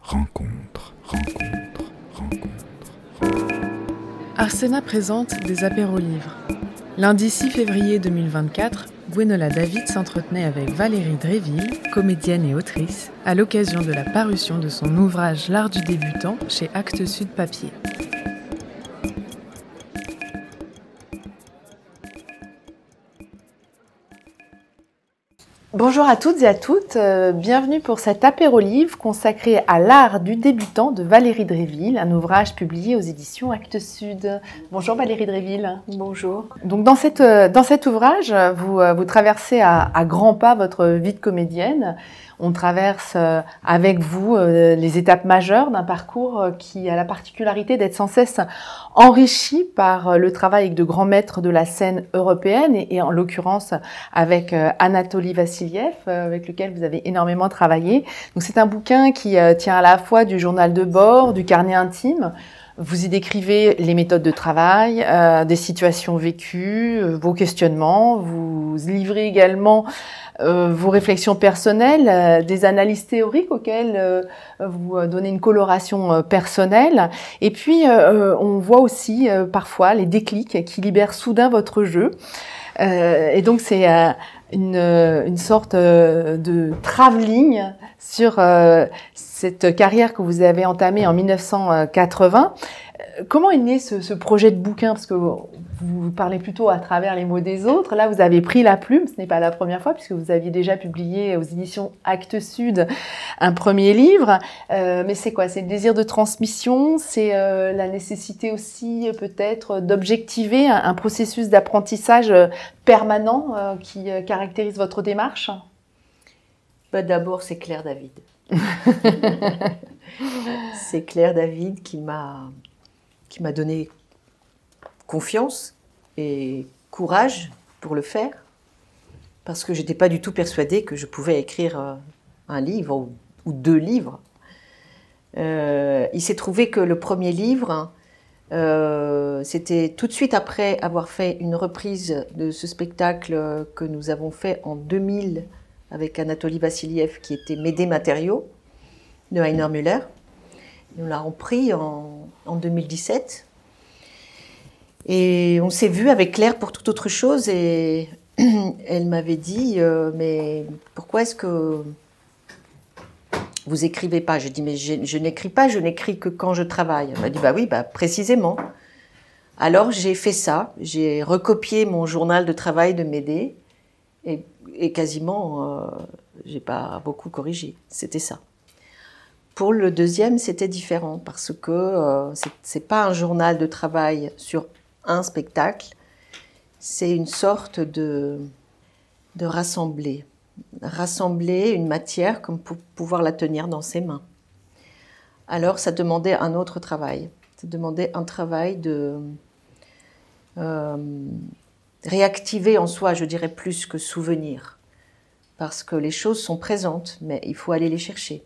rencontre. Arsena présente des apéros livres. Lundi 6 février 2024, Gwenola David s'entretenait avec Valérie Dréville, comédienne et autrice, à l'occasion de la parution de son ouvrage L'art du débutant chez Actes Sud Papier. Bonjour à toutes et à toutes, bienvenue pour cet apéro-livre consacré à l'art du débutant de Valérie Dréville, un ouvrage publié aux éditions Actes Sud. Bonjour Valérie Dréville. Bonjour. Donc dans cet ouvrage, vous traversez à grands pas votre vie de comédienne. On traverse avec vous les étapes majeures d'un parcours qui a la particularité d'être sans cesse enrichi par le travail avec de grands maîtres de la scène européenne et en l'occurrence avec Anatoly Vassiliev, avec lequel vous avez énormément travaillé. Donc c'est un bouquin qui tient à la fois du journal de bord, du carnet intime. Vous y décrivez les méthodes de travail, des situations vécues, vos questionnements. Vous livrez également vos réflexions personnelles, des analyses théoriques auxquelles vous donnez une coloration personnelle. Et puis, on voit aussi parfois les déclics qui libèrent soudain votre jeu. Et donc, c'est une sorte de travelling sur cette carrière que vous avez entamée en 1980. Comment est né ce projet de bouquin ? Parce que vous parlez plutôt à travers les mots des autres. Là, vous avez pris la plume. Ce n'est pas la première fois, puisque vous aviez déjà publié aux éditions Actes Sud un premier livre. Mais c'est quoi ? C'est le désir de transmission ? C'est la nécessité aussi, peut-être, d'objectiver un processus d'apprentissage permanent qui caractérise votre démarche ? D'abord, c'est Claire David. C'est Claire David qui m'a donné confiance et courage pour le faire, parce que je n'étais pas du tout persuadée que je pouvais écrire un livre ou deux livres. Il s'est trouvé que le premier livre, c'était tout de suite après avoir fait une reprise de ce spectacle que nous avons fait en 2000 avec Anatoly Vassiliev, qui était Médée Matériaux, de Heiner Müller. Nous l'avons pris en 2017. Et on s'est vu avec Claire pour toute autre chose. Et elle m'avait dit mais pourquoi est-ce que vous écrivez pas ? J'ai dit mais je n'écris pas, je n'écris que quand je travaille. Elle m'a dit oui, précisément. Alors j'ai fait ça. J'ai recopié mon journal de travail de Médée et quasiment j'ai pas beaucoup corrigé. C'était ça. Pour le deuxième, c'était différent parce que c'est pas un journal de travail sur un spectacle, c'est une sorte de rassembler une matière comme pour pouvoir la tenir dans ses mains. Alors ça demandait un autre travail. Ça demandait un travail de réactiver en soi, je dirais plus que souvenir, parce que les choses sont présentes, mais il faut aller les chercher.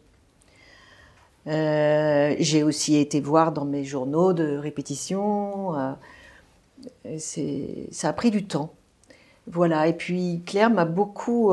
J'ai aussi été voir dans mes journaux de répétition. Ça a pris du temps. Voilà. Et puis Claire m'a beaucoup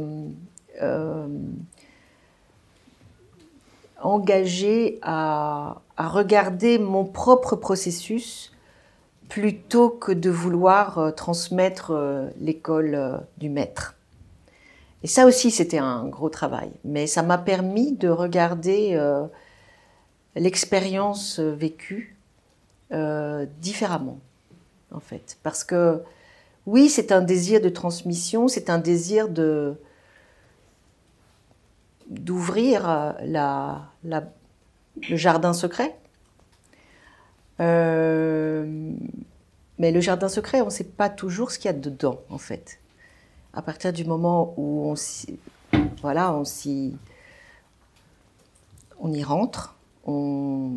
engagée à regarder mon propre processus plutôt que de vouloir transmettre l'école du maître. Et ça aussi, c'était un gros travail. Mais ça m'a permis de regarder l'expérience vécue différemment, en fait. Parce que, oui, c'est un désir de transmission, c'est un désir d'ouvrir le jardin secret. Mais le jardin secret, on ne sait pas toujours ce qu'il y a dedans, en fait. À partir du moment où on y rentre, on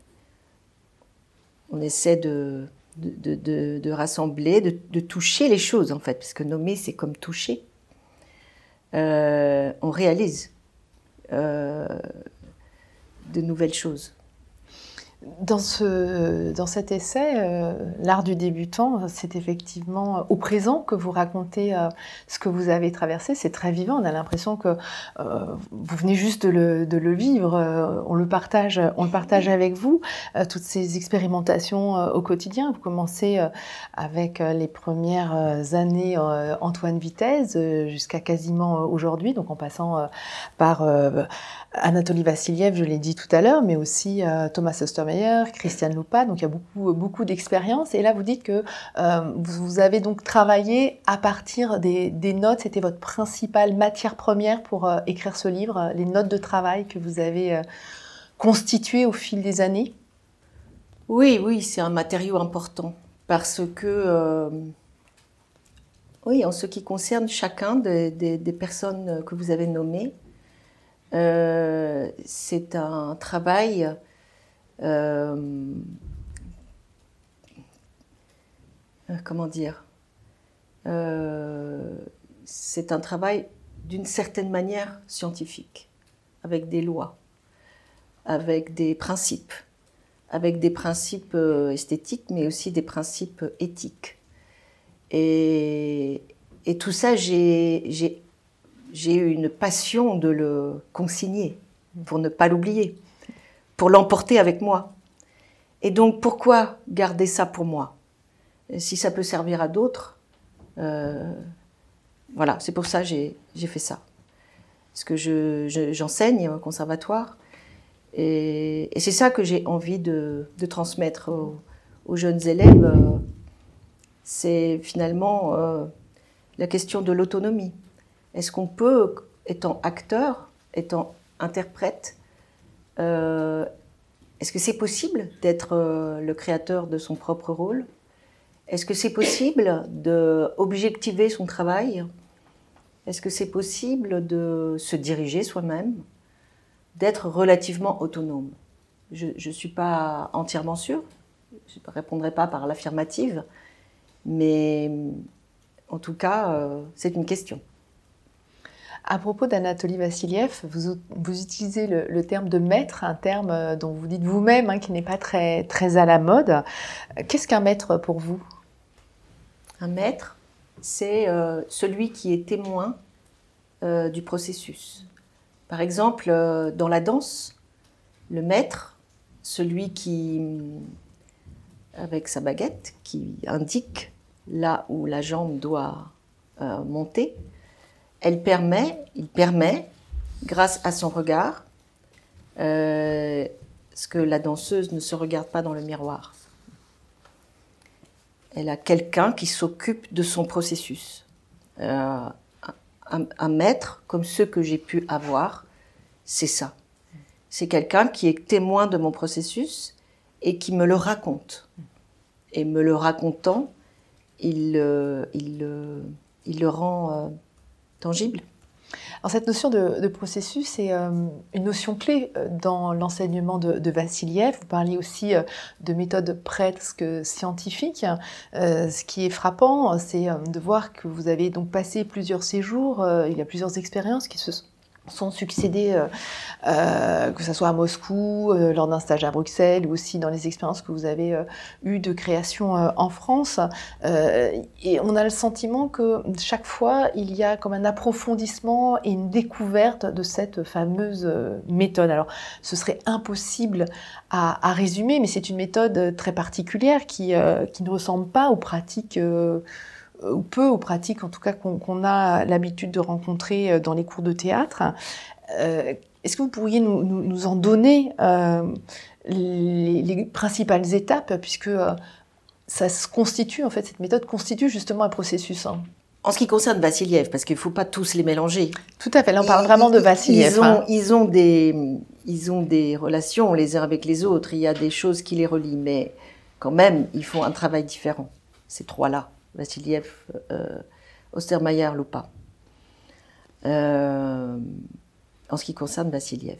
essaie de rassembler, de toucher les choses, en fait, parce que nommer, c'est comme toucher. On réalise de nouvelles choses. Dans cet essai, l'art du débutant, c'est effectivement au présent que vous racontez ce que vous avez traversé. C'est très vivant. On a l'impression que vous venez juste de le vivre. On le partage avec vous. Toutes ces expérimentations au quotidien. Vous commencez avec les premières années Antoine Vitesse jusqu'à quasiment aujourd'hui, donc en passant par Anatoly Vassiliev, je l'ai dit tout à l'heure, mais aussi Thomas Ostermeyer, Christian Lupa, donc il y a beaucoup d'expérience. Et là, vous dites que vous avez donc travaillé à partir des notes, c'était votre principale matière première pour écrire ce livre, les notes de travail que vous avez constituées au fil des années. Oui, c'est un matériau important, parce que, oui, en ce qui concerne chacun des personnes que vous avez nommées, c'est un travail comment dire, c'est un travail d'une certaine manière scientifique, avec des lois, avec des principes esthétiques, mais aussi des principes éthiques. Et tout ça, j'ai eu une passion de le consigner, pour ne pas l'oublier, pour l'emporter avec moi. Et donc, pourquoi garder ça pour moi ? Si ça peut servir à d'autres, voilà, c'est pour ça que j'ai fait ça. Parce que j'enseigne au conservatoire, et c'est ça que j'ai envie de transmettre aux jeunes élèves. C'est finalement la question de l'autonomie. Est-ce qu'on peut, étant acteur, étant interprète, est-ce que c'est possible d'être le créateur de son propre rôle ? Est-ce que c'est possible d'objectiver son travail ? Est-ce que c'est possible de se diriger soi-même, d'être relativement autonome ? Je ne suis pas entièrement sûre, je ne répondrai pas par l'affirmative, mais en tout cas, c'est une question. À propos d'Anatoly Vassiliev, vous utilisez le terme de maître, un terme dont vous dites vous-même qui n'est pas très à la mode. Qu'est-ce qu'un maître pour vous ? Un maître, c'est celui qui est témoin du processus. Par exemple, dans la danse, le maître, celui qui, avec sa baguette, qui indique là où la jambe doit monter, il permet, grâce à son regard, ce que la danseuse ne se regarde pas dans le miroir. Elle a quelqu'un qui s'occupe de son processus. Un maître, comme ceux que j'ai pu avoir, c'est ça. C'est quelqu'un qui est témoin de mon processus et qui me le raconte. Et me le racontant, il le rend tangible. Alors cette notion de processus est une notion clé dans l'enseignement de Vassiliev. Vous parliez aussi de méthodes presque scientifiques. Ce qui est frappant, c'est de voir que vous avez donc passé plusieurs séjours, il y a plusieurs expériences qui se sont succédées, que ce soit à Moscou, lors d'un stage à Bruxelles, ou aussi dans les expériences que vous avez eues de création en France. Et on a le sentiment que chaque fois, il y a comme un approfondissement et une découverte de cette fameuse méthode. Alors, ce serait impossible à résumer, mais c'est une méthode très particulière qui ne ressemble pas aux pratiques ou peu aux pratiques en tout cas qu'on a l'habitude de rencontrer dans les cours de théâtre. Est-ce que vous pourriez nous en donner les principales étapes, puisque ça se constitue, en fait, cette méthode constitue justement un processus. En ce qui concerne Vassiliev, parce qu'il ne faut pas tous les mélanger. Tout à fait, là on parle vraiment de Vassiliev. Ils ont des relations les uns avec les autres, il y a des choses qui les relient, mais quand même, ils font un travail différent, ces trois-là. Vassiliev, Ostermeyer, Lupa. En ce qui concerne Vassiliev,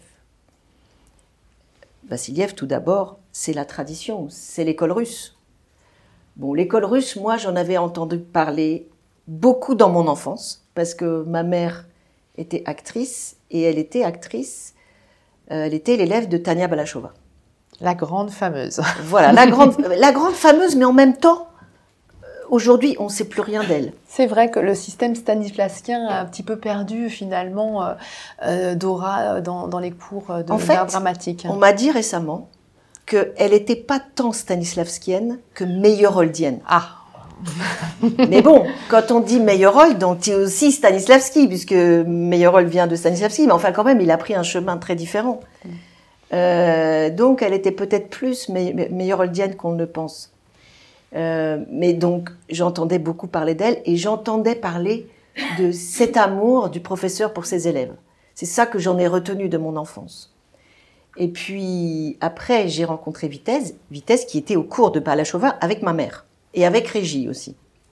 tout d'abord, c'est la tradition, c'est l'école russe. Bon, l'école russe, moi, j'en avais entendu parler beaucoup dans mon enfance, parce que ma mère était actrice, et elle était l'élève de Tania Balachova. La grande fameuse. Voilà, la grande fameuse, mais en même temps, aujourd'hui, on ne sait plus rien d'elle. C'est vrai que le système stanislavskien a un petit peu perdu finalement d'aura dans les cours d'art dramatique. On m'a dit récemment qu'elle n'était pas tant stanislavskienne que meyerholdienne. Ah. Mais bon, quand on dit Meyerhold, on dit aussi Stanislavski, puisque Meyerhold vient de Stanislavski, mais enfin quand même, il a pris un chemin très différent. Donc elle était peut-être plus meyerholdienne qu'on ne pense. Mais donc j'entendais beaucoup parler d'elle et j'entendais parler de cet amour du professeur pour ses élèves. C'est ça que j'en ai retenu de mon enfance. Et puis après, j'ai rencontré Vitesse qui était au cours de Balachova avec ma mère. Et avec Régie aussi.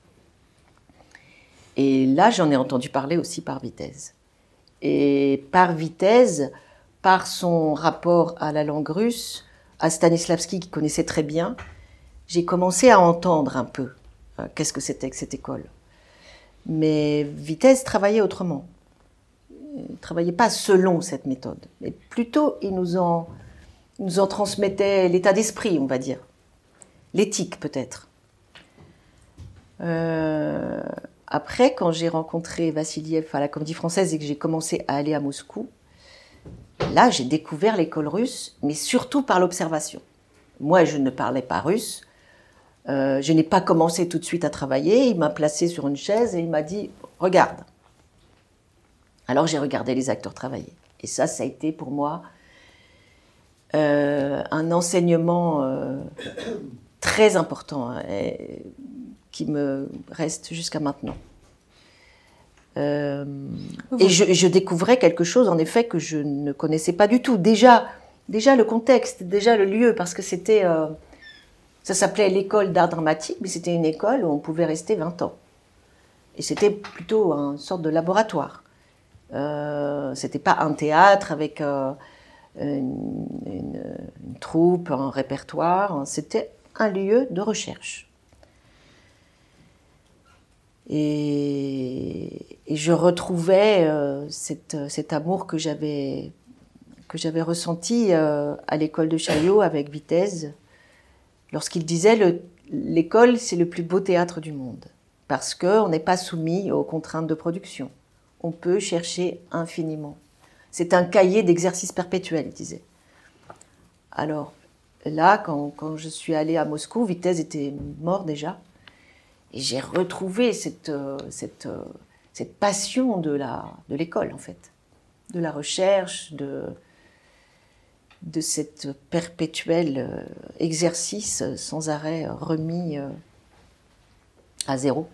Et là, j'en ai entendu parler aussi par Vitesse. Et par Vitesse, par son rapport à la langue russe, à Stanislavski qui connaissait très bien, j'ai commencé à entendre un peu qu'est-ce que c'était que cette école. Mais Vitesse travaillait autrement. Il ne travaillait pas selon cette méthode. Mais plutôt, il nous en transmettait l'état d'esprit, on va dire. L'éthique, peut-être. Après, quand j'ai rencontré Vassiliev à la Comédie Française et que j'ai commencé à aller à Moscou, là, j'ai découvert l'école russe, mais surtout par l'observation. Moi, je ne parlais pas russe. Je n'ai pas commencé tout de suite à travailler. Il m'a placé sur une chaise et il m'a dit « Regarde ». Alors, j'ai regardé les acteurs travailler. Et ça a été pour moi un enseignement très important. Qui me reste jusqu'à maintenant. Et je découvrais quelque chose, en effet, que je ne connaissais pas du tout. Déjà le contexte, déjà le lieu, parce que c'était... ça s'appelait l'école d'art dramatique, mais c'était une école où on pouvait rester 20 ans. Et c'était plutôt une sorte de laboratoire. C'était pas un théâtre avec une troupe, un répertoire. C'était un lieu de recherche. Et je retrouvais cet amour que j'avais ressenti à l'école de Chaillot avec Vitesse, lorsqu'il disait l'école, c'est le plus beau théâtre du monde, parce qu'on n'est pas soumis aux contraintes de production. On peut chercher infiniment. C'est un cahier d'exercice perpétuel, il disait. Alors là, quand je suis allée à Moscou, Vitesse était mort déjà. Et j'ai retrouvé cette passion de l'école, en fait, de la recherche, de cet perpétuel exercice sans arrêt remis à zéro.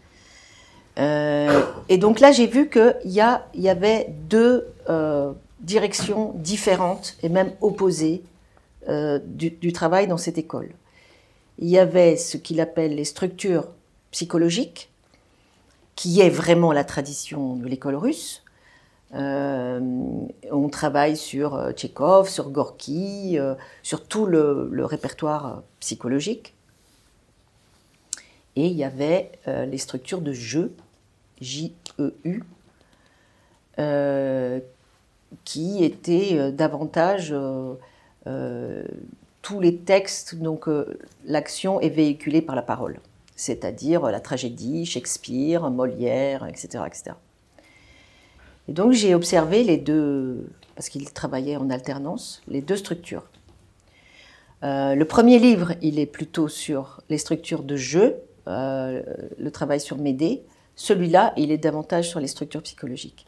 Et donc là, j'ai vu qu'il y avait deux directions différentes et même opposées du travail dans cette école. Il y avait ce qu'il appelle les structures psychologique, qui est vraiment la tradition de l'école russe. On travaille sur Tchekhov, sur Gorky, sur tout le répertoire psychologique. Et il y avait les structures de jeu, J-E-U, qui étaient davantage tous les textes, donc l'action est véhiculée par la parole. C'est-à-dire la tragédie, Shakespeare, Molière, etc., etc. Et donc j'ai observé les deux, parce qu'ils travaillaient en alternance, les deux structures. Le premier livre, il est plutôt sur les structures de jeu, le travail sur Médée. Celui-là, il est davantage sur les structures psychologiques.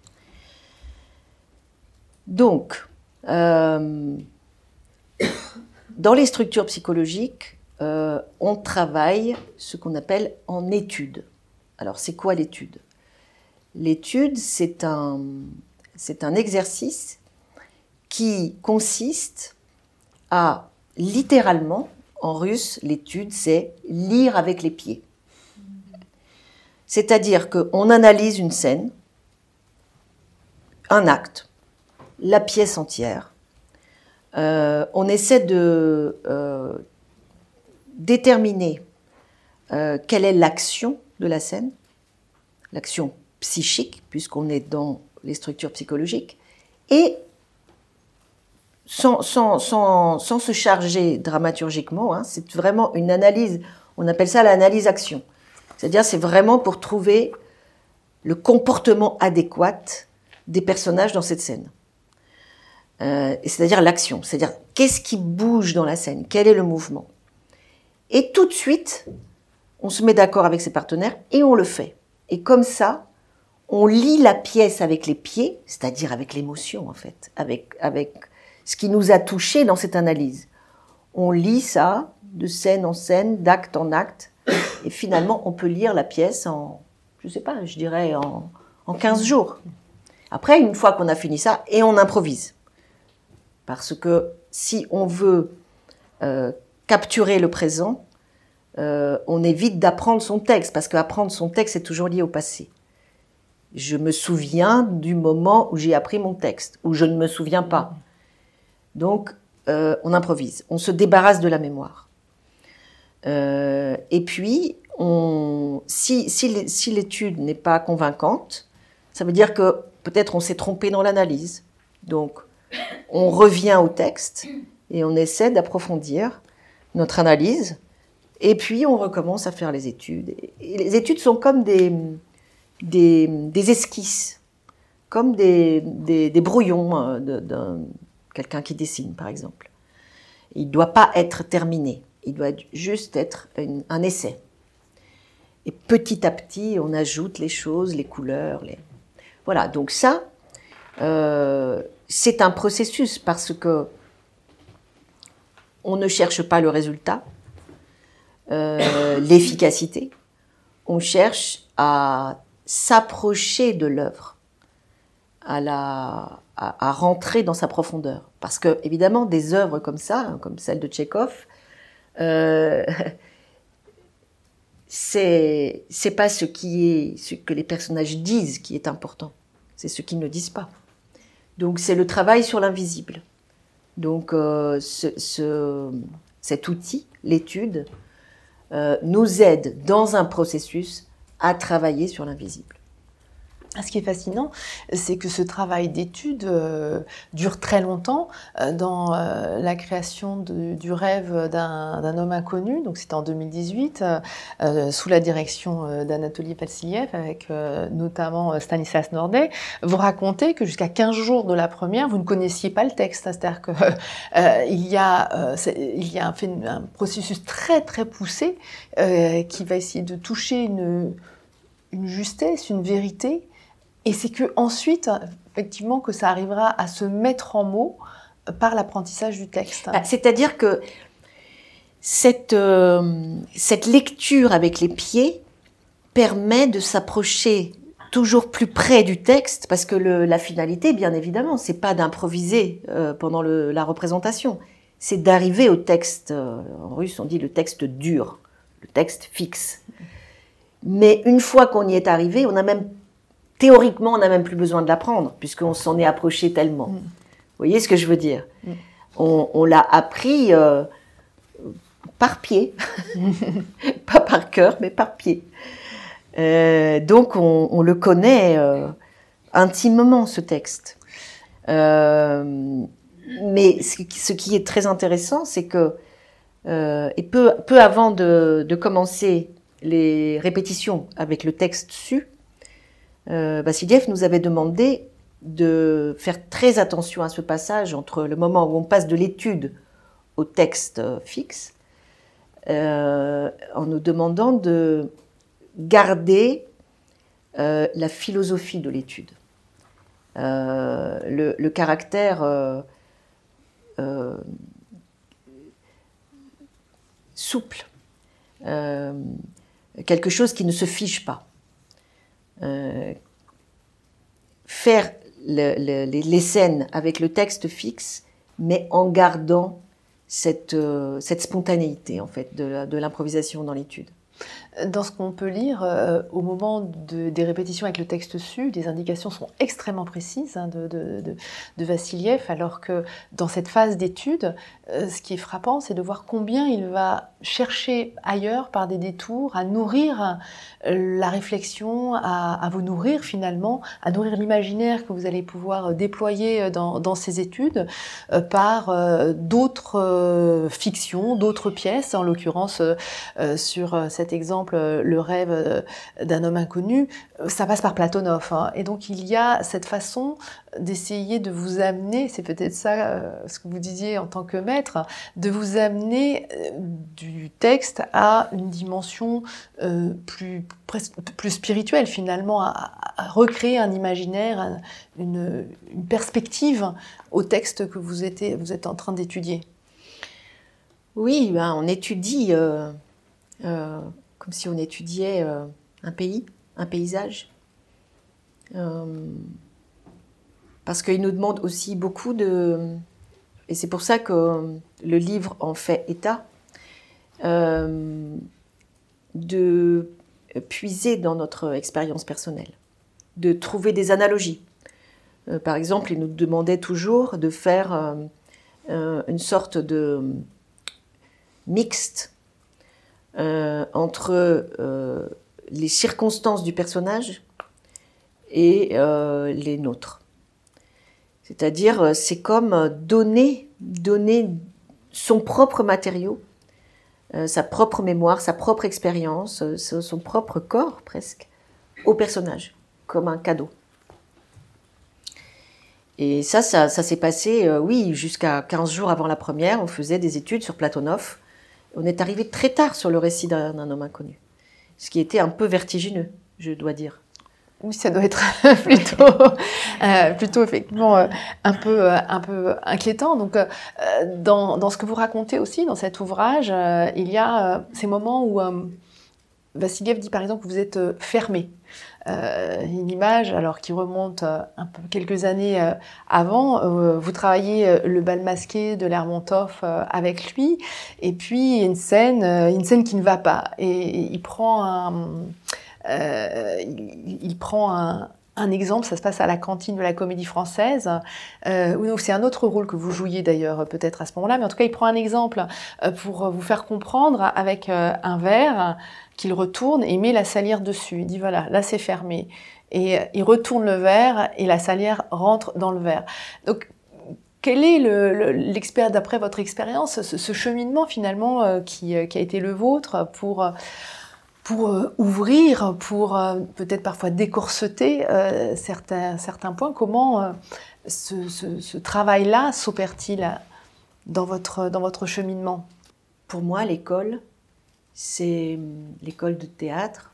Donc, dans les structures psychologiques, on travaille ce qu'on appelle en étude. Alors, c'est quoi l'étude ? L'étude, c'est un exercice qui consiste à, littéralement, en russe, l'étude, c'est lire avec les pieds. C'est-à-dire qu'on analyse une scène, un acte, la pièce entière. On essaie de déterminer quelle est l'action de la scène, l'action psychique, puisqu'on est dans les structures psychologiques, et sans se charger dramaturgiquement, hein, c'est vraiment une analyse, on appelle ça l'analyse-action. C'est-à-dire, c'est vraiment pour trouver le comportement adéquat des personnages dans cette scène. C'est-à-dire l'action, c'est-à-dire qu'est-ce qui bouge dans la scène, quel est le mouvement. Et tout de suite, on se met d'accord avec ses partenaires et on le fait. Et comme ça, on lit la pièce avec les pieds, c'est-à-dire avec l'émotion en fait, avec ce qui nous a touchés dans cette analyse. On lit ça de scène en scène, d'acte en acte, et finalement on peut lire la pièce en, je sais pas, je dirais en 15 jours. Après, une fois qu'on a fini ça, et on improvise. Parce que si on veut capturer le présent, on évite d'apprendre son texte, parce qu'apprendre son texte est toujours lié au passé. Je me souviens du moment où j'ai appris mon texte, où je ne me souviens pas. Donc, on improvise, on se débarrasse de la mémoire. Et puis, si l'étude n'est pas convaincante, ça veut dire que peut-être on s'est trompé dans l'analyse. Donc, on revient au texte et on essaie d'approfondir notre analyse. Et puis, on recommence à faire les études. Et les études sont comme des esquisses, comme des brouillons de quelqu'un qui dessine, par exemple. Il ne doit pas être terminé. Il doit juste être un essai. Et petit à petit, on ajoute les choses, les couleurs. Voilà, donc ça, c'est un processus parce que on ne cherche pas le résultat, l'efficacité. On cherche à s'approcher de l'œuvre, à rentrer dans sa profondeur. Parce que, évidemment, des œuvres comme ça, hein, comme celle de Tchekhov, c'est pas ce que les personnages disent qui est important, c'est ce qu'ils ne disent pas. Donc c'est le travail sur l'invisible. Donc cet outil, l'étude, nous aide dans un processus à travailler sur l'invisible. Ce qui est fascinant, c'est que ce travail d'étude dure très longtemps. Dans la création du rêve d'un homme inconnu, donc c'était en 2018, sous la direction d'Anatoly Vassiliev, avec notamment Stanislas Nordet, vous racontez que jusqu'à 15 jours de la première, vous ne connaissiez pas le texte. C'est-à-dire qu'il y a un processus très très poussé qui va essayer de toucher une justesse, une vérité. Et c'est que ensuite, effectivement, que ça arrivera à se mettre en mots par l'apprentissage du texte. C'est-à-dire que cette lecture avec les pieds permet de s'approcher toujours plus près du texte, parce que la finalité, bien évidemment, c'est pas d'improviser pendant la représentation, c'est d'arriver au texte. En russe, on dit le texte dur, le texte fixe. Mais une fois qu'on y est arrivé, théoriquement, on n'a même plus besoin de l'apprendre, puisqu'on s'en est approché tellement. Vous voyez ce que je veux dire ? On l'a appris par pied. Pas par cœur, mais par pied. Donc, on le connaît intimement, ce texte. Mais ce qui est très intéressant, c'est que et peu avant de commencer les répétitions avec le texte su, Vassiliev nous avait demandé de faire très attention à ce passage entre le moment où on passe de l'étude au texte fixe, en nous demandant de garder la philosophie de l'étude, le caractère souple, quelque chose qui ne se fige pas. Faire les scènes avec le texte fixe, mais en gardant cette spontanéité en fait de l'improvisation dans l'étude. Dans ce qu'on peut lire, au moment des répétitions avec le texte su, les indications sont extrêmement précises de Vassiliev, alors que dans cette phase d'étude, ce qui est frappant, c'est de voir combien il va chercher ailleurs, par des détours, à nourrir la réflexion, à vous nourrir finalement, à nourrir l'imaginaire que vous allez pouvoir déployer dans ces études par d'autres fictions, d'autres pièces, en l'occurrence sur cet exemple, le rêve d'un homme inconnu, ça passe par Platonov, hein. Et donc il y a cette façon d'essayer de vous amener, c'est peut-être ça ce que vous disiez en tant que maître, de vous amener du texte à une dimension plus spirituelle finalement, à recréer un imaginaire, une perspective au texte que vous êtes en train d'étudier. Oui, ben, on étudie comme si on étudiait un pays, un paysage. Parce qu'il nous demande aussi beaucoup de... Et c'est pour ça que le livre en fait état, de puiser dans notre expérience personnelle, de trouver des analogies. Par exemple, il nous demandait toujours de faire une sorte de mixte entre les circonstances du personnage et les nôtres. C'est-à-dire, c'est comme donner son propre matériau, sa propre mémoire, sa propre expérience, son propre corps presque, au personnage, comme un cadeau. Et ça s'est passé, oui, jusqu'à 15 jours avant la première, on faisait des études sur Platonov. On est arrivé très tard sur le récit d'un homme inconnu, ce qui était un peu vertigineux, je dois dire. Oui, ça doit être plutôt effectivement un peu inquiétant. Donc, dans ce que vous racontez aussi dans cet ouvrage, il y a ces moments où Vassiliev dit par exemple que vous êtes fermé. Une image alors qui remonte quelques années avant. Vous travaillez le bal masqué de Lermontov avec lui, et puis il y a une scène qui ne va pas, et il prend un exemple, ça se passe à la cantine de la Comédie Française, où c'est un autre rôle que vous jouiez d'ailleurs peut-être à ce moment-là, mais en tout cas il prend un exemple pour vous faire comprendre avec un verre qu'il retourne et met la salière dessus. Il dit voilà, là c'est fermé. Et il retourne le verre et la salière rentre dans le verre. Donc quel est d'après votre expérience, ce cheminement finalement qui a été le vôtre pour ouvrir, pour peut-être parfois décorseter certains points? Comment ce travail-là s'opère-t-il dans votre cheminement? Pour moi, l'école, c'est l'école de théâtre.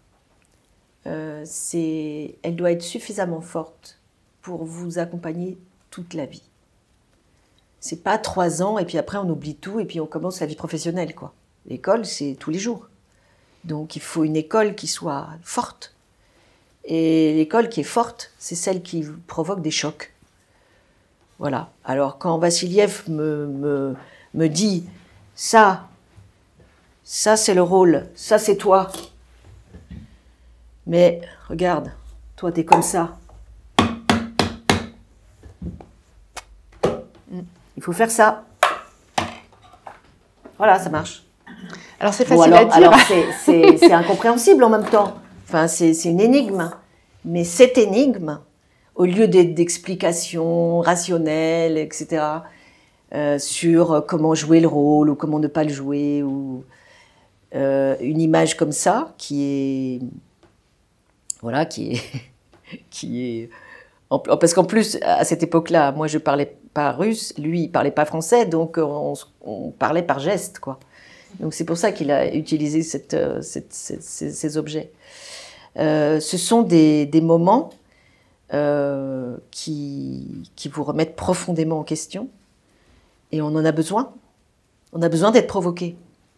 Elle doit être suffisamment forte pour vous accompagner toute la vie. C'est pas 3 ans et puis après on oublie tout et puis on commence la vie professionnelle, quoi. L'école, c'est tous les jours. Donc il faut une école qui soit forte. Et l'école qui est forte, c'est celle qui provoque des chocs. Voilà. Alors quand Vassiliev me dit ça c'est le rôle, ça c'est toi. Mais regarde, toi t'es comme ça. Il faut faire ça. Voilà, ça marche. Alors c'est facile à dire. Alors c'est incompréhensible en même temps. Enfin, c'est une énigme. Mais cette énigme, au lieu d'explications rationnelles, etc., sur comment jouer le rôle ou comment ne pas le jouer, ou une image comme ça qui est parce qu'en plus à cette époque-là, moi je parlais pas russe, lui il parlait pas français, donc on parlait par geste, quoi. Donc c'est pour ça qu'il a utilisé ces objets. Ce sont des moments qui vous remettent profondément en question, et on en a besoin. On a besoin d'être provoqué.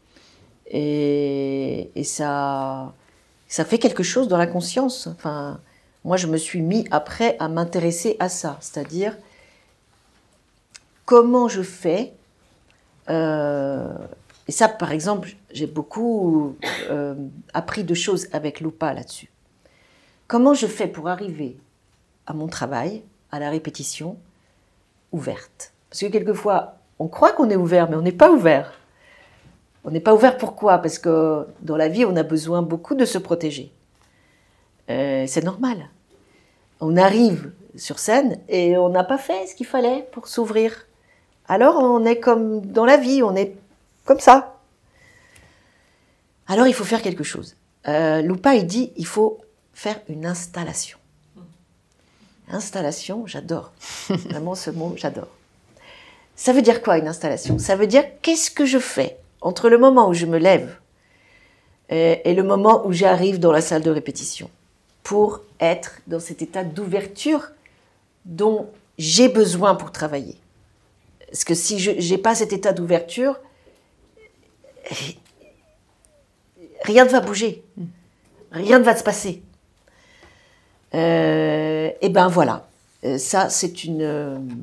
Et ça fait quelque chose dans la conscience. Enfin, moi, je me suis mis après à m'intéresser à ça, c'est-à-dire comment je fais Et ça, par exemple, j'ai beaucoup appris de choses avec Lupa là-dessus. Comment je fais pour arriver à mon travail, à la répétition, ouverte? Parce que quelquefois, on croit qu'on est ouvert, mais on n'est pas ouvert. On n'est pas ouvert pourquoi? Parce que dans la vie, on a besoin beaucoup de se protéger. C'est normal. On arrive sur scène et on n'a pas fait ce qu'il fallait pour s'ouvrir. Alors on est comme dans la vie, on est comme ça. Alors il faut faire quelque chose. Lupa, il dit, il faut faire une installation. Installation, j'adore. Vraiment ce mot, j'adore. Ça veut dire quoi une installation? Ça veut dire qu'est-ce que je fais entre le moment où je me lève et le moment où j'arrive dans la salle de répétition pour être dans cet état d'ouverture dont j'ai besoin pour travailler. Parce que si je n'ai pas cet état d'ouverture, rien ne va bouger. Rien ne va se passer. Et ben voilà. Ça, c'est une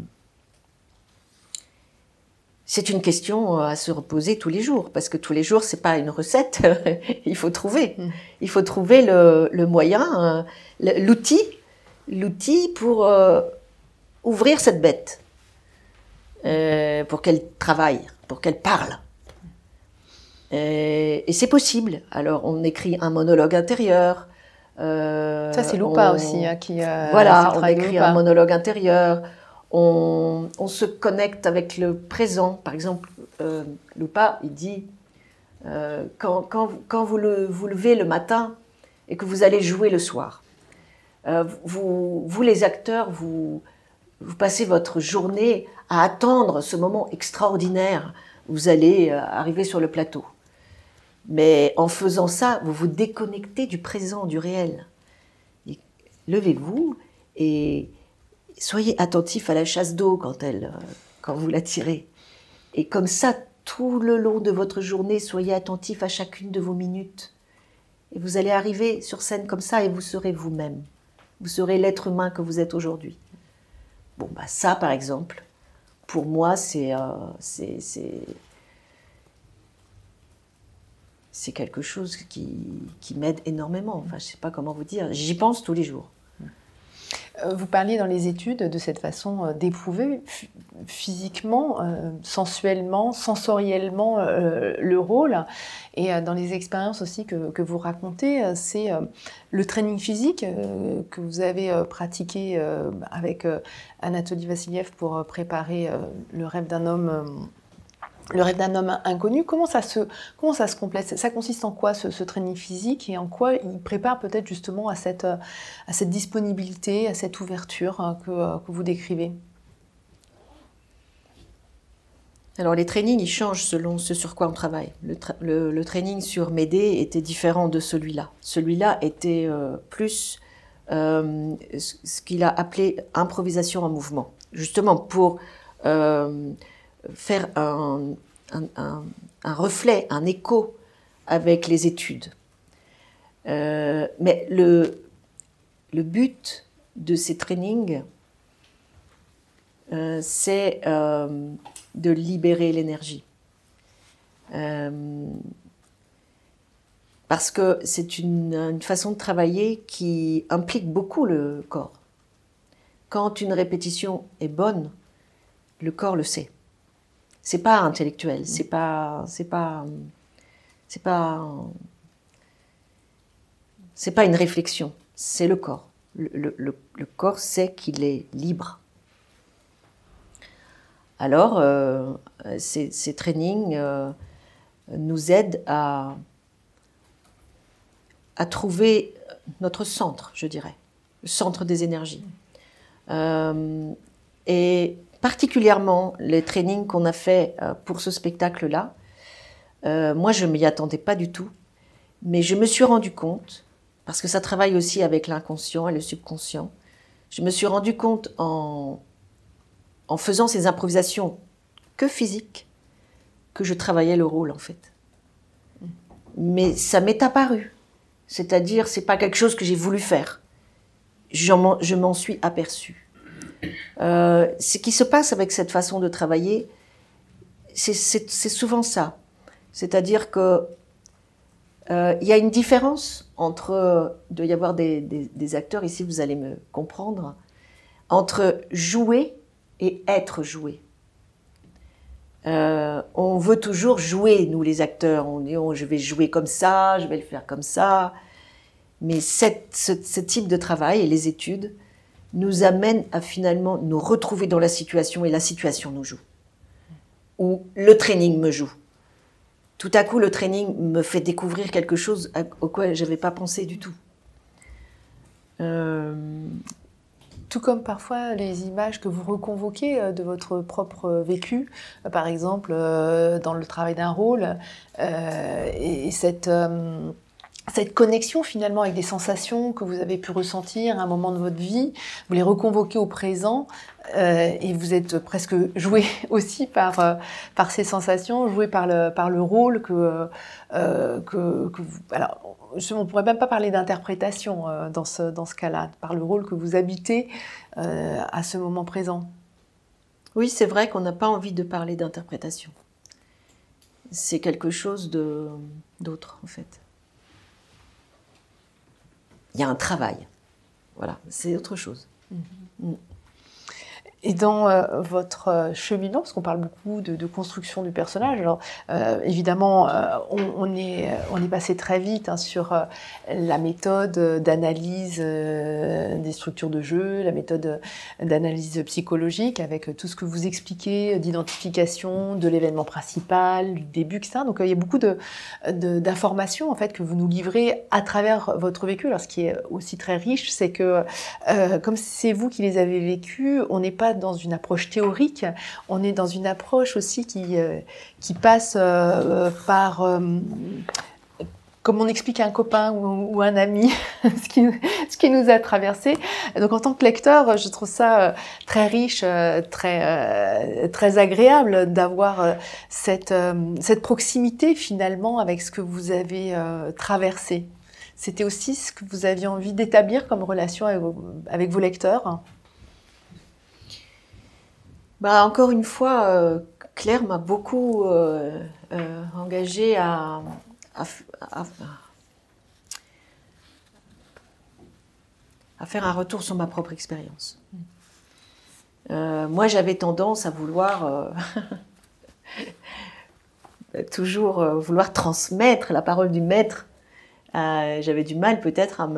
question à se reposer tous les jours. Parce que tous les jours, ce n'est pas une recette. Il faut trouver. Il faut trouver le moyen, l'outil pour ouvrir cette bête. Pour qu'elle travaille, pour qu'elle parle. Et c'est possible. Alors, on écrit un monologue intérieur. Ça, c'est Lupa aussi qui. Voilà, on écrit un monologue intérieur. On se connecte avec le présent. Par exemple, Lupa, il dit quand vous levez le matin et que vous allez jouer le soir, vous les acteurs, vous passez votre journée à attendre ce moment extraordinaire où vous allez arriver sur le plateau. Mais en faisant ça, vous vous déconnectez du présent, du réel. Et levez-vous et soyez attentif à la chasse d'eau quand vous la tirez. Et comme ça, tout le long de votre journée, soyez attentif à chacune de vos minutes. Et vous allez arriver sur scène comme ça et vous serez vous-même. Vous serez l'être humain que vous êtes aujourd'hui. Bon, bah ça, par exemple, pour moi, c'est quelque chose qui m'aide énormément. Enfin, je ne sais pas comment vous dire. J'y pense tous les jours. Vous parliez dans les études de cette façon d'éprouver physiquement, sensuellement, sensoriellement le rôle. Et dans les expériences aussi que vous racontez, c'est le training physique que vous avez pratiqué avec Anatoly Vassiliev pour préparer le rêve d'un homme. Le rêve d'un homme inconnu, comment ça se complète? Ça consiste en quoi ce training physique et en quoi il prépare peut-être justement à cette disponibilité, à cette ouverture que vous décrivez? Alors les trainings, ils changent selon ce sur quoi on travaille. Le training sur Médée était différent de celui-là. Celui-là était plus ce qu'il a appelé improvisation en mouvement. Justement pour faire un reflet, un écho avec les études. Mais le but de ces trainings, c'est de libérer l'énergie. Parce que c'est une façon de travailler qui implique beaucoup le corps. Quand une répétition est bonne, le corps le sait. C'est pas intellectuel, c'est pas une réflexion, c'est le corps. Le corps sait qu'il est libre. Alors, ces trainings nous aident à trouver notre centre, je dirais, le centre des énergies. Et particulièrement les trainings qu'on a fait pour ce spectacle-là, moi je ne m'y attendais pas du tout, mais je me suis rendu compte, parce que ça travaille aussi avec l'inconscient et le subconscient, je me suis rendu compte en faisant ces improvisations que physiques, que je travaillais le rôle en fait. Mais ça m'est apparu, c'est-à-dire c'est pas quelque chose que j'ai voulu faire, je m'en suis aperçue. Ce qui se passe avec cette façon de travailler, c'est souvent ça. C'est-à-dire que il y a une différence entre, il doit y avoir des acteurs, ici vous allez me comprendre, entre jouer et être joué. On veut toujours jouer, nous les acteurs, on dit je vais jouer comme ça, je vais le faire comme ça, mais ce type de travail et les études nous amènent à finalement nous retrouver dans la situation et la situation nous joue. Ou le training me joue. Tout à coup, le training me fait découvrir quelque chose auquel je n'avais pas pensé du tout. Tout comme parfois les images que vous reconvoquez de votre propre vécu, par exemple dans le travail d'un rôle, et cette connexion finalement avec des sensations que vous avez pu ressentir à un moment de votre vie, vous les reconvoquez au présent et vous êtes presque joué aussi par ces sensations, joué par le rôle que vous... Alors, on ne pourrait même pas parler d'interprétation dans ce cas-là, par le rôle que vous habitez à ce moment présent. Oui, c'est vrai qu'on n'a pas envie de parler d'interprétation. C'est quelque chose d'autre en fait. Il y a un travail. Voilà, c'est autre chose. Mm-hmm. Et dans votre cheminement, parce qu'on parle beaucoup de construction du personnage, alors évidemment, on est passé très vite sur la méthode d'analyse des structures de jeu, la méthode d'analyse psychologique, avec tout ce que vous expliquez, d'identification de l'événement principal, du début, etc. Donc il y a beaucoup d'informations en fait que vous nous livrez à travers votre vécu. Alors ce qui est aussi très riche, c'est que comme c'est vous qui les avez vécus, on n'est pas dans une approche théorique, on est dans une approche aussi qui passe par, comme on explique à un copain ou un ami, ce qui nous a traversé. Donc en tant que lecteur, je trouve ça très riche, très agréable d'avoir cette proximité finalement avec ce que vous avez traversé. C'était aussi ce que vous aviez envie d'établir comme relation avec vos lecteurs? Encore une fois, Claire m'a beaucoup engagée à faire un retour sur ma propre expérience. Moi, j'avais tendance à vouloir toujours vouloir transmettre la parole du maître. J'avais du mal peut-être à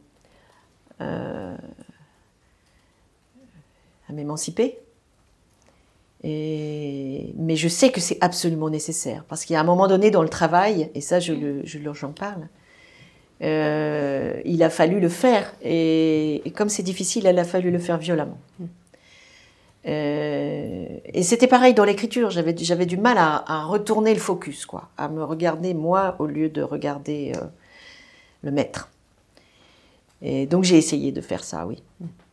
m'émanciper. Mais je sais que c'est absolument nécessaire, parce qu'il y a un moment donné dans le travail, et ça j'en parle, il a fallu le faire, et comme c'est difficile, il a fallu le faire violemment. Et c'était pareil dans l'écriture, j'avais du mal à retourner le focus, quoi, à me regarder moi au lieu de regarder le maître. Et donc j'ai essayé de faire ça, oui.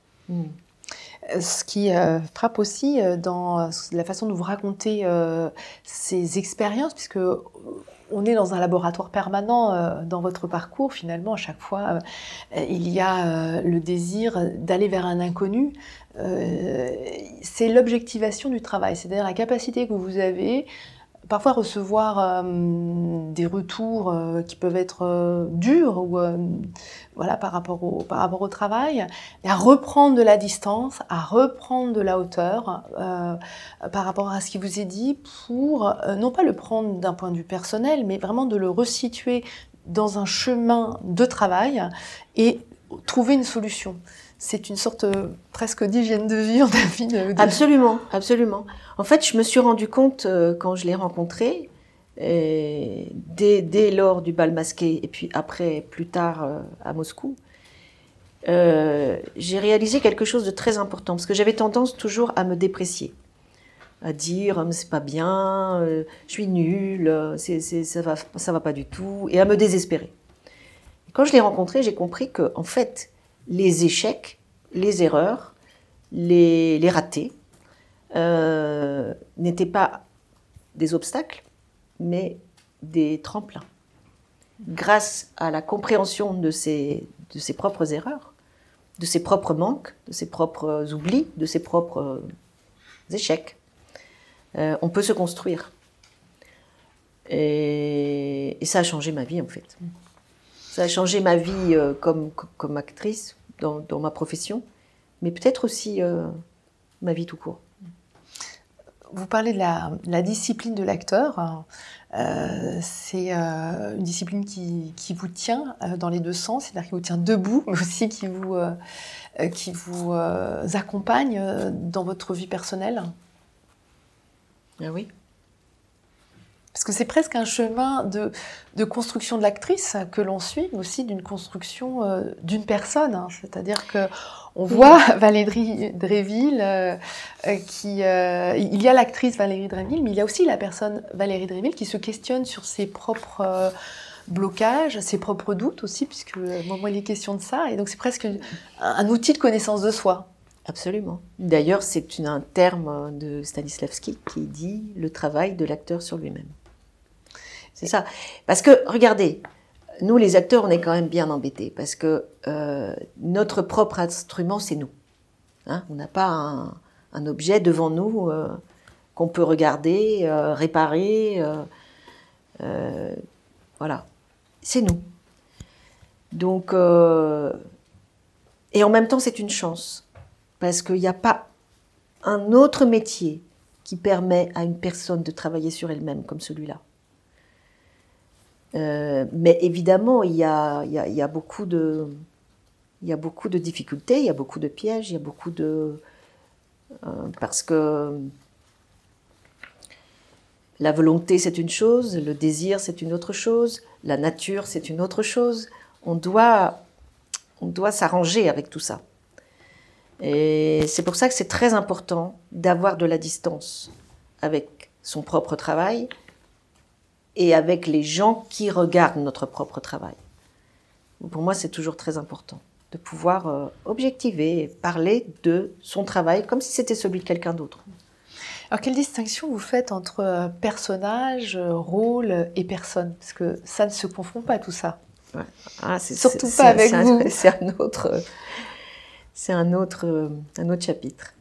Ce qui frappe aussi dans la façon dont vous racontez ces expériences, puisque on est dans un laboratoire permanent dans votre parcours, finalement, à chaque fois, il y a le désir d'aller vers un inconnu. C'est l'objectivation du travail, c'est-à-dire la capacité que vous avez parfois recevoir des retours qui peuvent être durs ou voilà, par rapport au travail, et à reprendre de la distance, à reprendre de la hauteur par rapport à ce qui vous est dit, pour non pas le prendre d'un point de vue personnel, mais vraiment de le resituer dans un chemin de travail et trouver une solution. C'est une sorte presque d'hygiène de vie en avis de... Absolument, absolument. En fait, je me suis rendu compte quand je l'ai rencontré, dès lors du bal masqué, et puis après, plus tard à Moscou, j'ai réalisé quelque chose de très important, parce que j'avais tendance toujours à me déprécier, à dire c'est pas bien, je suis nulle, ça va pas du tout, et à me désespérer. Et quand je l'ai rencontré, j'ai compris que en fait, les échecs, les erreurs, les ratés n'étaient pas des obstacles, mais des tremplins. Grâce à la compréhension de ses propres erreurs, de ses propres manques, de ses propres oublis, de ses propres échecs, on peut se construire. Et ça a changé ma vie, en fait. Ça a changé ma vie comme actrice, dans ma profession, mais peut-être aussi ma vie tout court. Vous parlez de la discipline de l'acteur. C'est une discipline qui vous tient dans les deux sens, c'est-à-dire qui vous tient debout, mais aussi qui vous accompagne dans votre vie personnelle. Ah oui. Parce que c'est presque un chemin de construction de l'actrice que l'on suit, mais aussi d'une construction d'une personne. Hein. C'est-à-dire qu'on voit Valérie Dréville, il y a l'actrice Valérie Dréville, mais il y a aussi la personne Valérie Dréville qui se questionne sur ses propres blocages, ses propres doutes aussi, puisque moi il est question de ça. Et donc c'est presque un outil de connaissance de soi. Absolument. D'ailleurs, c'est un terme de Stanislavski qui dit le travail de l'acteur sur lui-même. C'est ça. Parce que, regardez, nous les acteurs, on est quand même bien embêtés, parce que notre propre instrument, c'est nous. Hein, on n'a pas un objet devant nous qu'on peut regarder, réparer. Voilà. C'est nous. Donc, et en même temps, c'est une chance. Parce qu'il n'y a pas un autre métier qui permet à une personne de travailler sur elle-même comme celui-là. Mais évidemment, il y a beaucoup de difficultés, il y a beaucoup de pièges, il y a beaucoup de... parce que la volonté, c'est une chose, le désir, c'est une autre chose, la nature, c'est une autre chose. On doit s'arranger avec tout ça. Et c'est pour ça que c'est très important d'avoir de la distance avec son propre travail et avec les gens qui regardent notre propre travail. Pour moi, c'est toujours très important de pouvoir objectiver et parler de son travail comme si c'était celui de quelqu'un d'autre. Alors, quelle distinction vous faites entre personnage, rôle et personne ? Parce que ça ne se confond pas, tout ça. Ouais. Surtout pas avec vous. C'est un autre chapitre.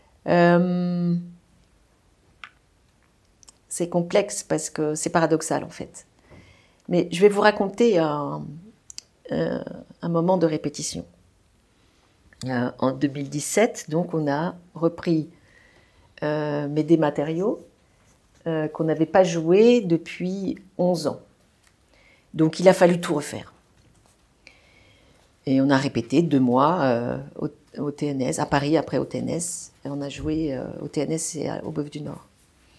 C'est complexe parce que c'est paradoxal en fait. Mais je vais vous raconter un moment de répétition. En 2017, donc, on a repris des matériaux qu'on n'avait pas joués depuis 11 ans. Donc il a fallu tout refaire. Et on a répété 2 mois au TNS, à Paris, après au TNS. Et on a joué au TNS et au Bœuf du Nord.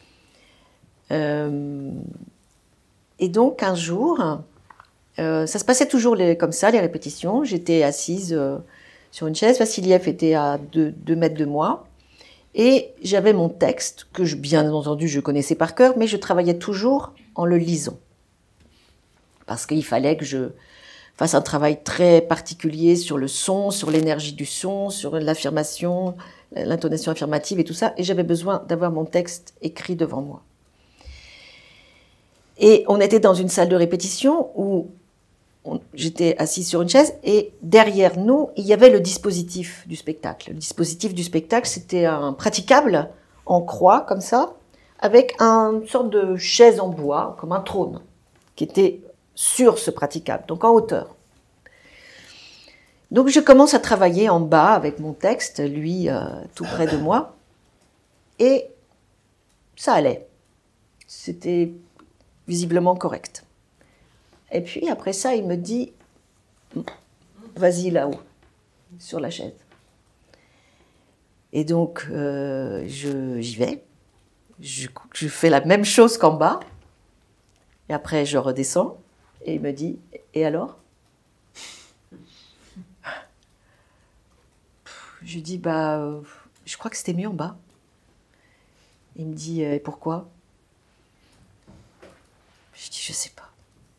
Et donc, un jour, ça se passait toujours comme ça, les répétitions. J'étais assise sur une chaise. Vassiliev était à 2 mètres de moi. Et j'avais mon texte, que bien entendu, je connaissais par cœur, mais je travaillais toujours en le lisant. Parce qu'il fallait que je fasse un travail très particulier sur le son, sur l'énergie du son, sur l'affirmation, l'intonation affirmative et tout ça. Et j'avais besoin d'avoir mon texte écrit devant moi. Et on était dans une salle de répétition où j'étais assise sur une chaise et derrière nous, il y avait le dispositif du spectacle. Le dispositif du spectacle, c'était un praticable en croix, comme ça, avec une sorte de chaise en bois, comme un trône, qui était sur ce praticable, donc en hauteur. Donc je commence à travailler en bas avec mon texte, lui tout près de moi, et ça allait. C'était visiblement correct. Et puis après ça, il me dit « Vas-y là-haut, sur la chaise ». Et donc j'y vais, je fais la même chose qu'en bas, et après je redescends, et il me dit « Et alors ?» Je lui dis, je crois que c'était mieux en bas. Il me dit, et pourquoi ? Je dis, je sais pas.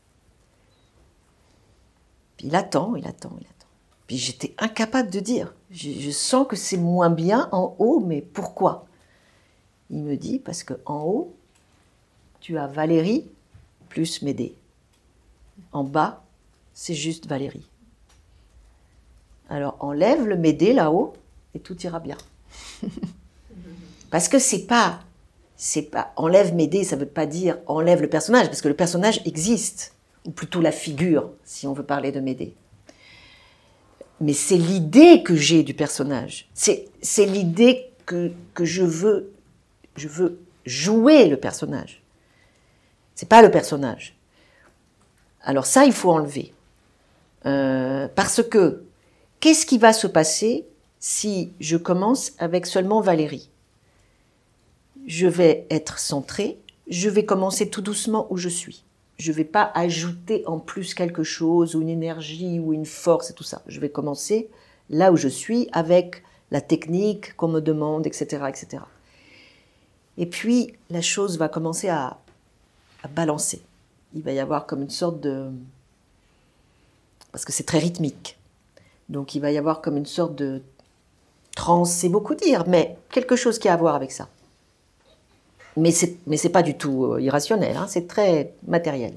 Puis il attend. Puis j'étais incapable de dire. Je sens que c'est moins bien en haut, mais pourquoi ? Il me dit, parce qu'en haut, tu as Valérie plus Médée. En bas, c'est juste Valérie. Alors enlève le Médée là-haut et tout ira bien. Parce que c'est pas c'est pas enlève Médée, ça veut pas dire enlève le personnage, parce que le personnage existe, ou plutôt la figure, si on veut parler de Médée. Mais c'est l'idée que j'ai du personnage. C'est l'idée que je veux jouer le personnage. C'est pas le personnage. Alors ça, il faut enlever. Parce que, qu'est-ce qui va se passer si je commence avec seulement Valérie ? Je vais être centrée, je vais commencer tout doucement où je suis. Je ne vais pas ajouter en plus quelque chose, ou une énergie, ou une force et tout ça. Je vais commencer là où je suis, avec la technique qu'on me demande, etc., etc. Et puis, la chose va commencer à balancer. Il va y avoir comme une sorte de... Parce que c'est très rythmique. Donc, il va y avoir comme une sorte de transe, c'est beaucoup dire, mais quelque chose qui a à voir avec ça. Mais c'est pas du tout irrationnel, hein, c'est très matériel.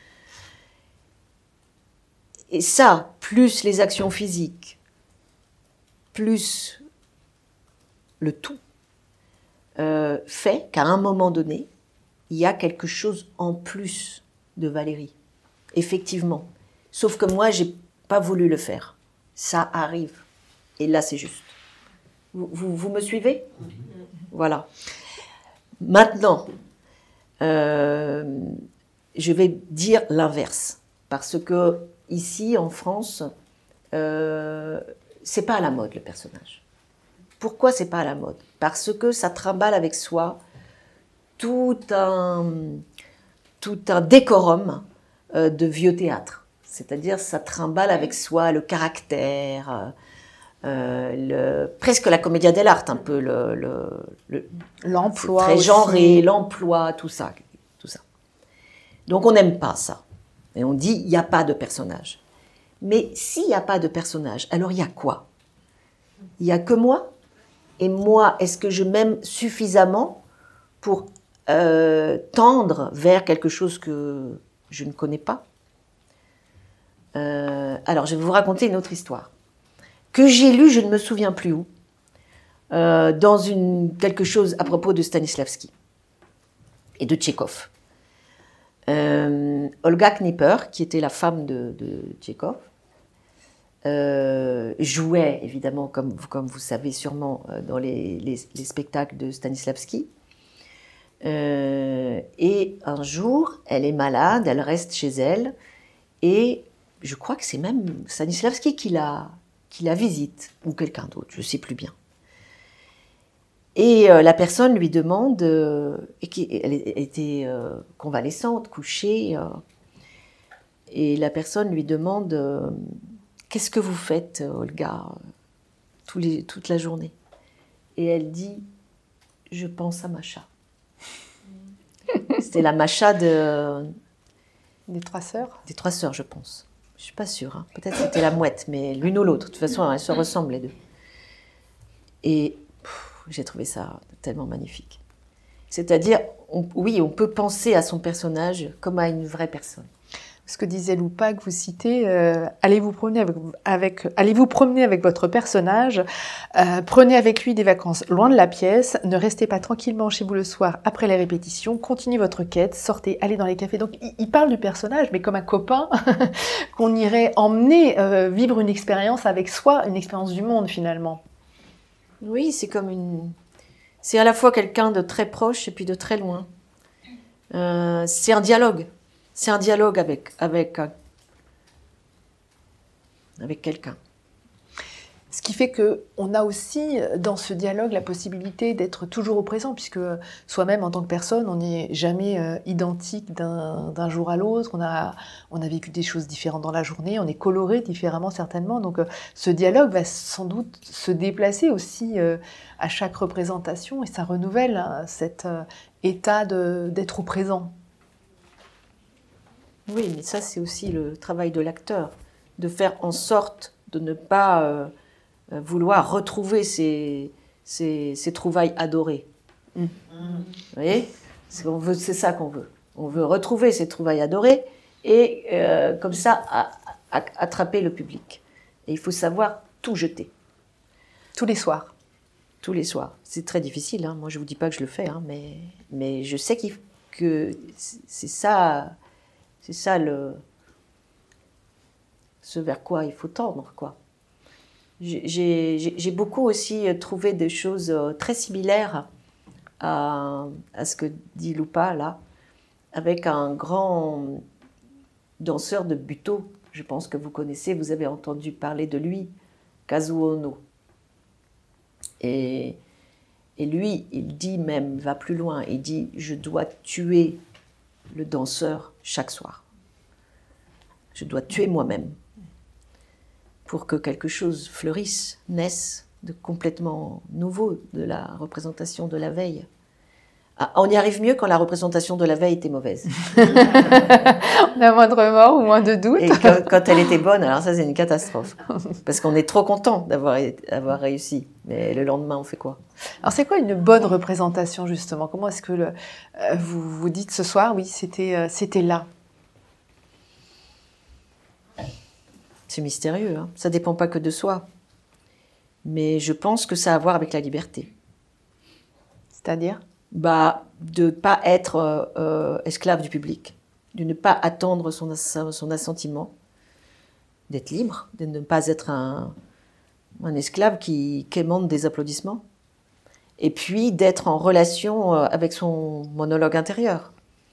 Et ça, plus les actions physiques, plus le tout, fait qu'à un moment donné, il y a quelque chose en plus de Valérie. Effectivement. Sauf que moi, j'ai pas voulu le faire. Ça arrive. Et là, c'est juste. Vous me suivez ? Voilà. Maintenant, je vais dire l'inverse. Parce que ici, en France, c'est pas à la mode, le personnage. Pourquoi c'est pas à la mode ? Parce que ça trimballe avec soi tout un décorum de vieux théâtre. C'est-à-dire, ça trimballe avec soi le caractère, presque la commedia dell'arte, un peu l'emploi, très aussi. genré, l'emploi, tout ça. Donc, on n'aime pas ça. Et on dit, il n'y a pas de personnage. Mais s'il n'y a pas de personnage, alors il y a quoi ? Il n'y a que moi ? Et moi, est-ce que je m'aime suffisamment pour tendre vers quelque chose que je ne connais pas ? Alors, je vais vous raconter une autre histoire que j'ai lue, je ne me souviens plus où, dans quelque chose à propos de Stanislavski et de Tchekhov. Olga Knipper, qui était la femme de Tchekhov, jouait évidemment, comme vous savez sûrement, dans les spectacles de Stanislavski. Et un jour, elle est malade, elle reste chez elle, et je crois que c'est même Stanislavski qui la visite, ou quelqu'un d'autre, je ne sais plus bien. Et la personne lui demande, elle était convalescente, couchée, et la personne lui demande qu'est-ce que vous faites, Olga, toute la journée ? Et elle dit, je pense à Macha. C'était la Macha des Trois Sœurs ? Des Trois Sœurs, je pense. Je ne suis pas sûre. Hein. Peut-être que c'était la mouette, mais l'une ou l'autre. De toute façon, elles se ressemblent les deux. Et j'ai trouvé ça tellement magnifique. C'est-à-dire, oui, on peut penser à son personnage comme à une vraie personne. Ce que disait Loupa, que vous citez, allez vous promener avec votre personnage, prenez avec lui des vacances loin de la pièce, ne restez pas tranquillement chez vous le soir après les répétitions, continuez votre quête, sortez, allez dans les cafés. Donc il parle du personnage, mais comme un copain qu'on irait emmener vivre une expérience avec soi, une expérience du monde finalement. Oui, c'est à la fois quelqu'un de très proche et puis de très loin. C'est un dialogue. C'est un dialogue avec quelqu'un. Ce qui fait qu'on a aussi dans ce dialogue la possibilité d'être toujours au présent, puisque soi-même en tant que personne, on n'est jamais identique d'un jour à l'autre, on a vécu des choses différentes dans la journée, on est coloré différemment certainement, donc ce dialogue va sans doute se déplacer aussi à chaque représentation, et ça renouvelle cet état d'être au présent. Oui, mais ça, c'est aussi le travail de l'acteur, de faire en sorte de ne pas vouloir retrouver ces trouvailles adorées. Vous voyez ? C'est ça qu'on veut. On veut retrouver ces trouvailles adorées et comme ça, attraper le public. Et il faut savoir tout jeter. Tous les soirs. tous les soirs. C'est très difficile, hein. Moi je vous dis pas que je le fais, hein, mais je sais que c'est ça ce vers quoi il faut tendre, quoi. J'ai beaucoup aussi trouvé des choses très similaires à ce que dit Lupa là, avec un grand danseur de Butoh. Je pense que vous connaissez, vous avez entendu parler de lui, Kazuo Ono. Et lui, il dit même, va plus loin, il dit « Je dois tuer le danseur chaque soir. Je dois tuer moi-même pour que quelque chose fleurisse, naisse de complètement nouveau de la représentation de la veille. » Ah, on y arrive mieux quand la représentation de la veille était mauvaise. On a moins de remords ou moins de doutes. Et quand elle était bonne, alors ça c'est une catastrophe. Parce qu'on est trop content d'avoir réussi. Mais le lendemain, on fait quoi? Alors c'est quoi une bonne représentation justement? Comment est-ce que vous vous dites ce soir, oui, c'était là? C'est mystérieux, hein. Ça ne dépend pas que de soi. Mais je pense que ça a à voir avec la liberté. C'est-à-dire? De ne pas être esclave du public, de ne pas attendre son assentiment, d'être libre, de ne pas être un esclave qui quémande des applaudissements, et puis d'être en relation avec son monologue intérieur.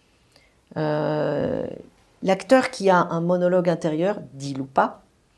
L'acteur qui a un monologue intérieur, dit Lupa,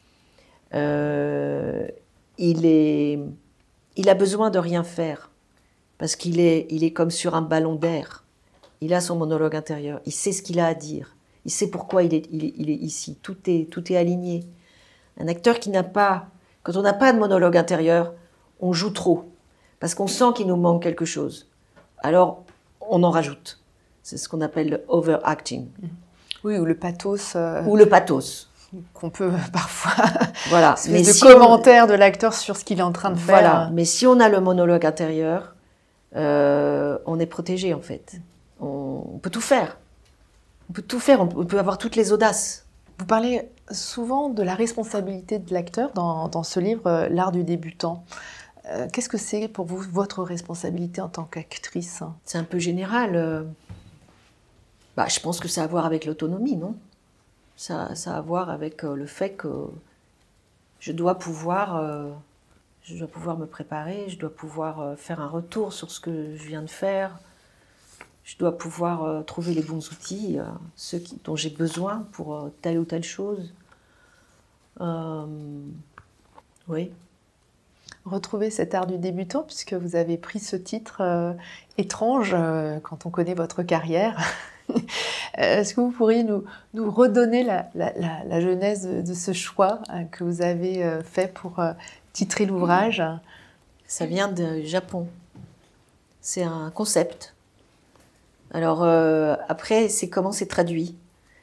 il a besoin de rien faire. Parce qu'il est comme sur un ballon d'air. Il a son monologue intérieur. Il sait ce qu'il a à dire. Il sait pourquoi il est ici. Tout est aligné. Un acteur qui n'a pas... Quand on n'a pas de monologue intérieur, on joue trop. Parce qu'on sent qu'il nous manque quelque chose. Alors, on en rajoute. C'est ce qu'on appelle le overacting. Oui, ou le pathos. Ou le pathos. Qu'on peut parfois... Voilà. Mais de commentaires de l'acteur sur ce qu'il est en train de faire. Voilà. Mais si on a le monologue intérieur... on est protégé en fait. On peut tout faire. On peut tout faire, on peut avoir toutes les audaces. Vous parlez souvent de la responsabilité de l'acteur dans ce livre, L'art du débutant. Qu'est-ce que c'est pour vous, votre responsabilité en tant qu'actrice? C'est un peu général. Je pense que ça a à voir avec l'autonomie, non? Ça a à voir avec le fait que je dois pouvoir me préparer, je dois pouvoir faire un retour sur ce que je viens de faire, je dois pouvoir trouver les bons outils, ceux dont j'ai besoin pour telle ou telle chose. Oui. Retrouver cet art du débutant, puisque vous avez pris ce titre étrange quand on connaît votre carrière. Est-ce que vous pourriez nous redonner la genèse de ce choix que vous avez fait pour titrer l'ouvrage? Ça vient du Japon. C'est un concept. Alors après, c'est comment c'est traduit.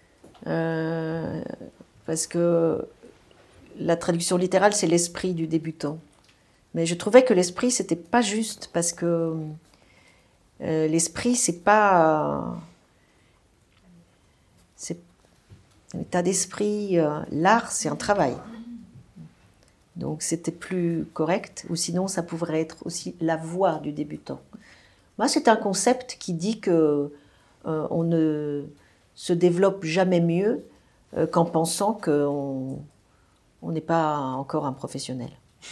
Parce que la traduction littérale, c'est l'esprit du débutant. Mais je trouvais que l'esprit, c'était pas juste, parce que l'esprit, c'est pas... c'est un état d'esprit. L'art, c'est un travail. Donc c'était plus correct, ou sinon ça pourrait être aussi la voix du débutant. Moi, c'est un concept qui dit que on ne se développe jamais mieux qu'en pensant qu'on n'est pas encore un professionnel.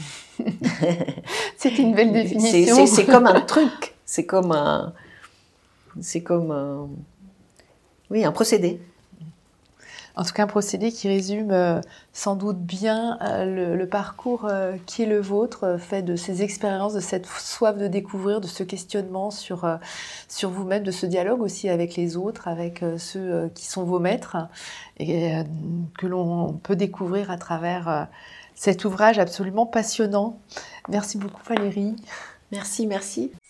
C'est une belle définition. C'est comme un truc, c'est comme oui, un procédé. En tout cas, un procédé qui résume sans doute bien le parcours qui est le vôtre, fait de ces expériences, de cette soif de découvrir, de ce questionnement sur vous-même, de ce dialogue aussi avec les autres, avec ceux qui sont vos maîtres, et que l'on peut découvrir à travers cet ouvrage absolument passionnant. Merci beaucoup Valérie. Merci.